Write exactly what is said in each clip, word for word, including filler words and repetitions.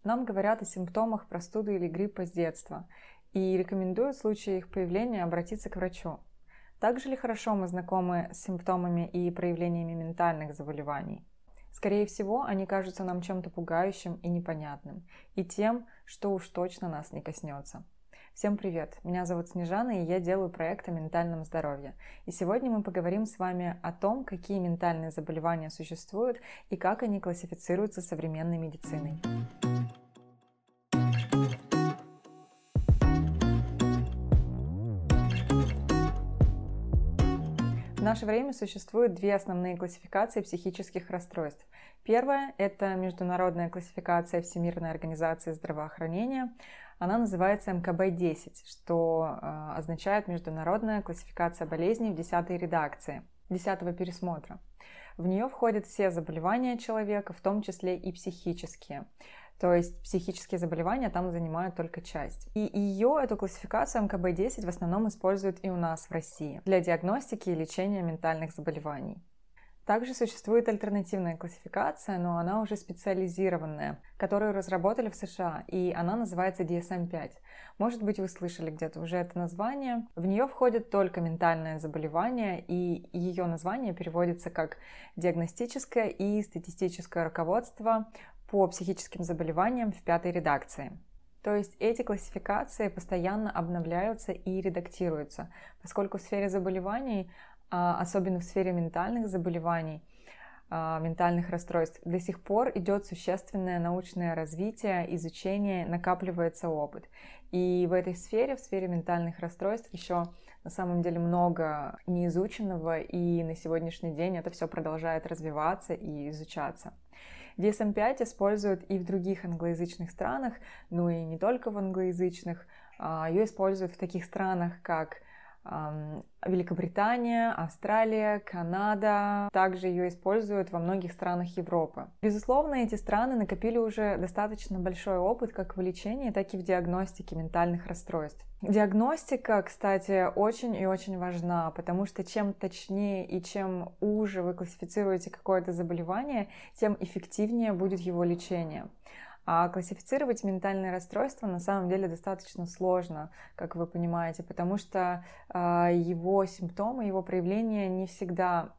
Нам говорят о симптомах простуды или гриппа с детства и рекомендуют в случае их появления обратиться к врачу. Также ли хорошо мы знакомы с симптомами и проявлениями ментальных заболеваний? Скорее всего, они кажутся нам чем-то пугающим и непонятным, и тем, что уж точно нас не коснется. Всем привет! Меня зовут Снежана, и я делаю проект о ментальном здоровье. И сегодня мы поговорим с вами о том, какие ментальные заболевания существуют и как они классифицируются современной медициной. В наше время существует две основные классификации психических расстройств. Первая – это международная классификация Всемирной организации здравоохранения. Она называется эм ка бэ десять, что э, означает Международная классификация болезней в десятой редакции, десятого пересмотра. В нее входят все заболевания человека, в том числе и психические. То есть психические заболевания там занимают только часть. И ее, эту классификацию эм ка бэ десять в основном используют и у нас в России для диагностики и лечения ментальных заболеваний. Также существует альтернативная классификация, но она уже специализированная, которую разработали в США, и она называется ди эс эм пять. Может быть, вы слышали где-то уже это название. В нее входит только ментальное заболевание, и ее название переводится как «Диагностическое и статистическое руководство по психическим заболеваниям в пятой редакции». То есть эти классификации постоянно обновляются и редактируются, поскольку в сфере заболеваний, особенно в сфере ментальных заболеваний, ментальных расстройств, до сих пор идет существенное научное развитие, изучение, накапливается опыт. И в этой сфере, в сфере ментальных расстройств, еще на самом деле много неизученного, и на сегодняшний день это все продолжает развиваться и изучаться. ди эс эм пять используют и в других англоязычных странах, ну и не только в англоязычных. Ее используют в таких странах, как Великобритания, Австралия, Канада. Также ее используют во многих странах Европы. Безусловно, эти страны накопили уже достаточно большой опыт как в лечении, так и в диагностике ментальных расстройств. Диагностика, кстати, очень и очень важна, потому что чем точнее и чем уже вы классифицируете какое-то заболевание, тем эффективнее будет его лечение. А классифицировать ментальное расстройство на самом деле достаточно сложно, как вы понимаете, потому что э, его симптомы, его проявления не всегда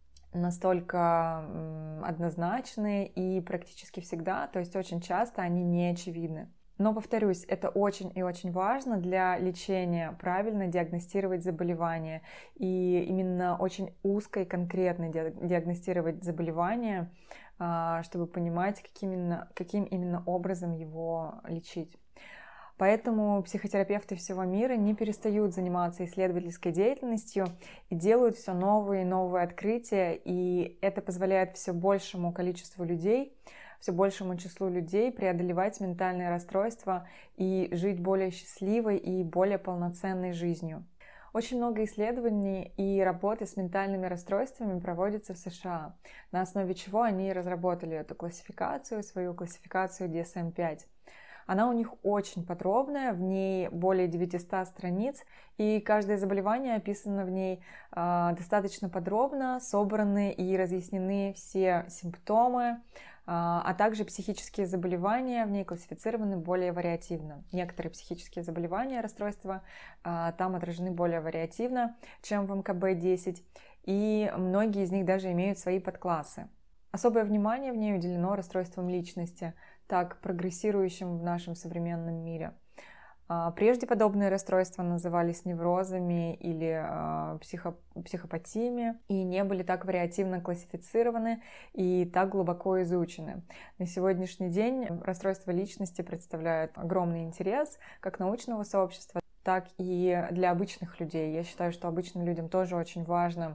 настолько э, однозначны и практически всегда, то есть очень часто они не очевидны. Но, повторюсь, это очень и очень важно для лечения, правильно диагностировать заболевание и именно очень узко и конкретно диагностировать заболевание, чтобы понимать, каким именно, каким именно образом его лечить. Поэтому психотерапевты всего мира не перестают заниматься исследовательской деятельностью и делают все новые и новые открытия, и это позволяет все большему количеству людей, все большему числу людей преодолевать ментальные расстройства и жить более счастливой и более полноценной жизнью. Очень много исследований и работы с ментальными расстройствами проводятся в США, на основе чего они разработали эту классификацию, свою классификацию ди эс эм пять. Она у них очень подробная, в ней более девятисот страниц, и каждое заболевание описано в ней э, достаточно подробно, собраны и разъяснены все симптомы, а также психические заболевания в ней классифицированы более вариативно. Некоторые психические заболевания, расстройства там отражены более вариативно, чем в эм ка бэ десять, и многие из них даже имеют свои подклассы. Особое внимание в ней уделено расстройствам личности, так прогрессирующим в нашем современном мире. Прежде подобные расстройства назывались неврозами или психо, психопатиями и не были так вариативно классифицированы и так глубоко изучены. На сегодняшний день расстройства личности представляют огромный интерес как научного сообщества, так и для обычных людей. Я считаю, что обычным людям тоже очень важно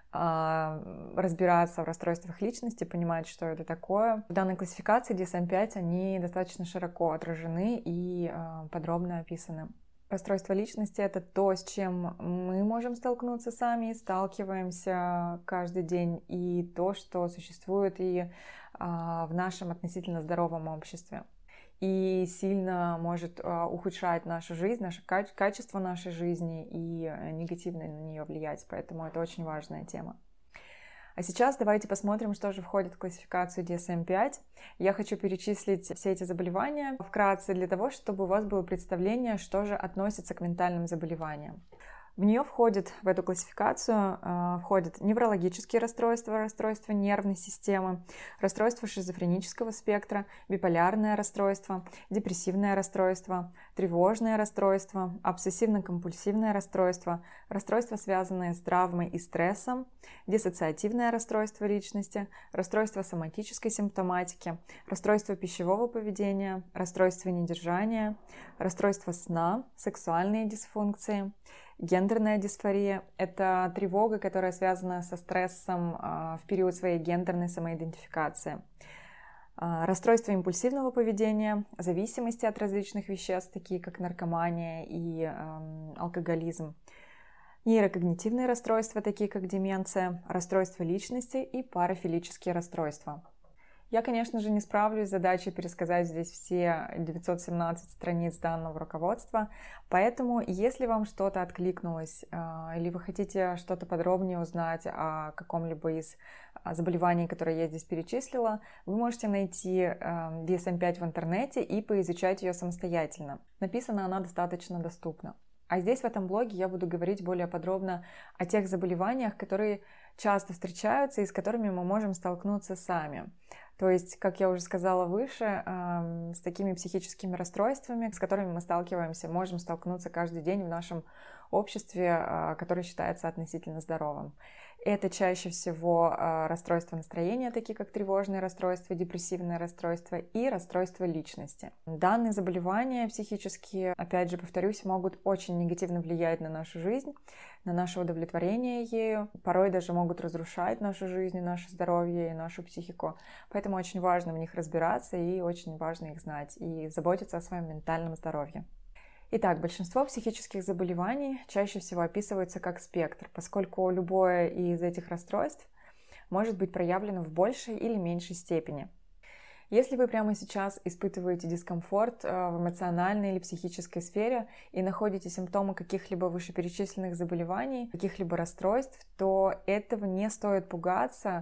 разбираться в расстройствах личности, понимать, что это такое. В данной классификации ди эс эм пять они достаточно широко отражены и подробно описаны. Расстройство личности — это то, с чем мы можем столкнуться сами, сталкиваемся каждый день, и то, что существует и в нашем относительно здоровом обществе. И сильно может ухудшать нашу жизнь, наше качество нашей жизни и негативно на нее влиять. Поэтому это очень важная тема. А сейчас давайте посмотрим, что же входит в классификацию ди эс эм пять. Я хочу перечислить все эти заболевания вкратце для того, чтобы у вас было представление, что же относится к ментальным заболеваниям. В нее входит, в эту классификацию, э, входят неврологические расстройства, расстройства нервной системы, расстройства шизофренического спектра, биполярное расстройство, депрессивное расстройство, тревожное расстройство, обсессивно-компульсивное расстройство, расстройства, связанные с травмой и стрессом, диссоциативное расстройство личности, расстройство соматической симптоматики, расстройство пищевого поведения, расстройство недержания, расстройство сна, сексуальные дисфункции. Гендерная дисфория – это тревога, которая связана со стрессом в период своей гендерной самоидентификации. Расстройство импульсивного поведения, зависимости от различных веществ, такие как наркомания и э, алкоголизм. Нейрокогнитивные расстройства, такие как деменция, расстройства личности и парафилические расстройства. Я, конечно же, не справлюсь с задачей пересказать здесь все девятьсот семнадцать страниц данного руководства, поэтому, если вам что-то откликнулось, или вы хотите что-то подробнее узнать о каком-либо из заболеваний, которые я здесь перечислила, вы можете найти ди эс эм пять в интернете и поизучать ее самостоятельно. Написана она достаточно доступно. А здесь, в этом блоге, я буду говорить более подробно о тех заболеваниях, которые часто встречаются и с которыми мы можем столкнуться сами. То есть, как я уже сказала выше, э, с такими психическими расстройствами, с которыми мы сталкиваемся, можем столкнуться каждый день в нашем обществе, э, которое считается относительно здоровым. Это чаще всего э, расстройства настроения, такие как тревожные расстройства, депрессивные расстройства и расстройства личности. Данные заболевания психические, опять же, повторюсь, могут очень негативно влиять на нашу жизнь, на наше удовлетворение ею, порой даже могут разрушать нашу жизнь, наше здоровье и нашу психику. Поэтому очень важно в них разбираться и очень важно их знать и заботиться о своем ментальном здоровье. Итак, большинство психических заболеваний чаще всего описываются как спектр, поскольку любое из этих расстройств может быть проявлено в большей или меньшей степени. Если вы прямо сейчас испытываете дискомфорт в эмоциональной или психической сфере и находите симптомы каких-либо вышеперечисленных заболеваний, каких-либо расстройств, то этого не стоит пугаться.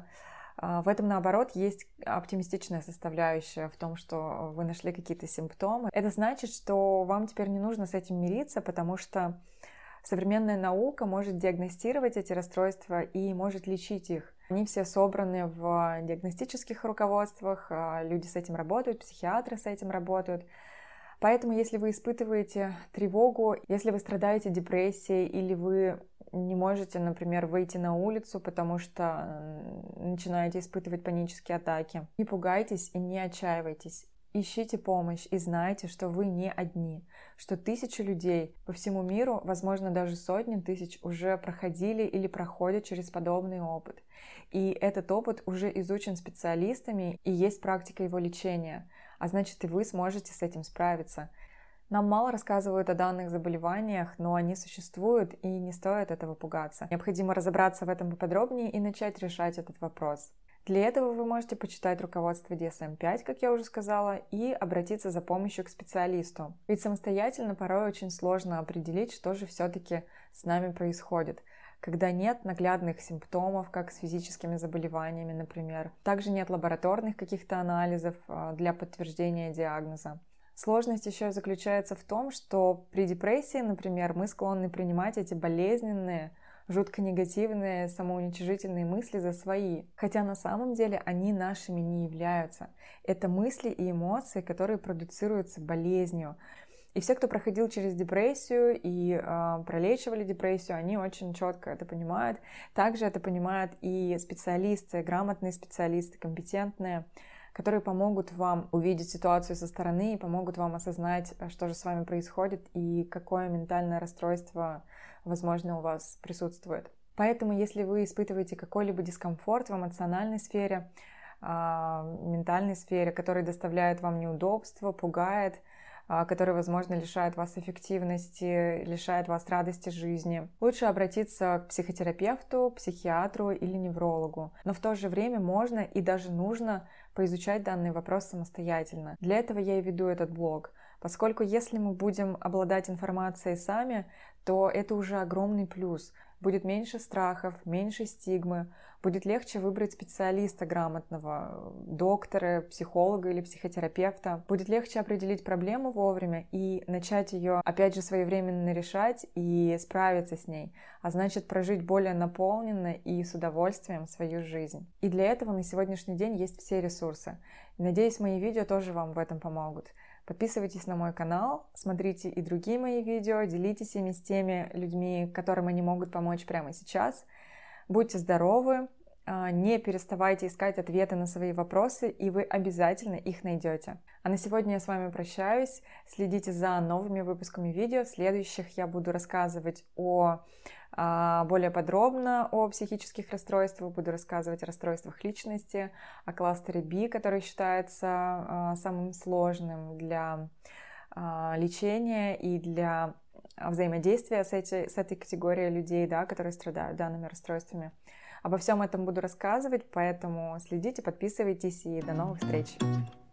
В этом, наоборот, есть оптимистичная составляющая в том, что вы нашли какие-то симптомы. Это значит, что вам теперь не нужно с этим мириться, потому что современная наука может диагностировать эти расстройства и может лечить их. Они все собраны в диагностических руководствах, люди с этим работают, психиатры с этим работают. Поэтому, если вы испытываете тревогу, если вы страдаете депрессией или вы не можете, например, выйти на улицу, потому что начинаете испытывать панические атаки, не пугайтесь и не отчаивайтесь. Ищите помощь и знайте, что вы не одни, что тысячи людей по всему миру, возможно, даже сотни тысяч уже проходили или проходят через подобный опыт. И этот опыт уже изучен специалистами и есть практика его лечения, а значит и вы сможете с этим справиться. Нам мало рассказывают о данных заболеваниях, но они существуют и не стоит этого пугаться. Необходимо разобраться в этом поподробнее и начать решать этот вопрос. Для этого вы можете почитать руководство ди эс эм пять, как я уже сказала, и обратиться за помощью к специалисту. Ведь самостоятельно порой очень сложно определить, что же все-таки с нами происходит, когда нет наглядных симптомов, как с физическими заболеваниями, например. Также нет лабораторных каких-то анализов для подтверждения диагноза. Сложность еще заключается в том, что при депрессии, например, мы склонны принимать эти болезненные, жутко негативные, самоуничижительные мысли за свои, хотя на самом деле они нашими не являются. Это мысли и эмоции, которые продуцируются болезнью. И все, кто проходил через депрессию и э, пролечивали депрессию, они очень четко это понимают. Также это понимают и специалисты, грамотные специалисты, компетентные, которые помогут вам увидеть ситуацию со стороны и помогут вам осознать, что же с вами происходит и какое ментальное расстройство, возможно, у вас присутствует. Поэтому, если вы испытываете какой-либо дискомфорт в эмоциональной сфере, ментальной сфере, который доставляет вам неудобства, пугает, который, возможно, лишает вас эффективности, лишает вас радости жизни, лучше обратиться к психотерапевту, психиатру или неврологу. Но в то же время можно и даже нужно поизучать данный вопрос самостоятельно. Для этого я и веду этот блог, поскольку если мы будем обладать информацией сами, то это уже огромный плюс. будет меньше страхов, меньше стигмы, будет легче выбрать специалиста грамотного, доктора, психолога или психотерапевта, будет легче определить проблему вовремя и начать ее, опять же, своевременно решать и справиться с ней, а значит прожить более наполненно и с удовольствием свою жизнь. И для этого на сегодняшний день есть все ресурсы. Надеюсь, мои видео тоже вам в этом помогут. Подписывайтесь на мой канал, смотрите и другие мои видео, делитесь ими с теми людьми, которым они могут помочь прямо сейчас. Будьте здоровы, не переставайте искать ответы на свои вопросы, и вы обязательно их найдете. А на сегодня я с вами прощаюсь. Следите за новыми выпусками видео. В следующих я буду рассказывать о, более подробно о психических расстройствах, буду рассказывать о расстройствах личности, о кластере би, который считается самым сложным для лечения и для взаимодействия с, эти, с этой категорией людей, да, которые страдают данными расстройствами. Обо всем этом буду рассказывать, поэтому следите, подписывайтесь и до новых встреч!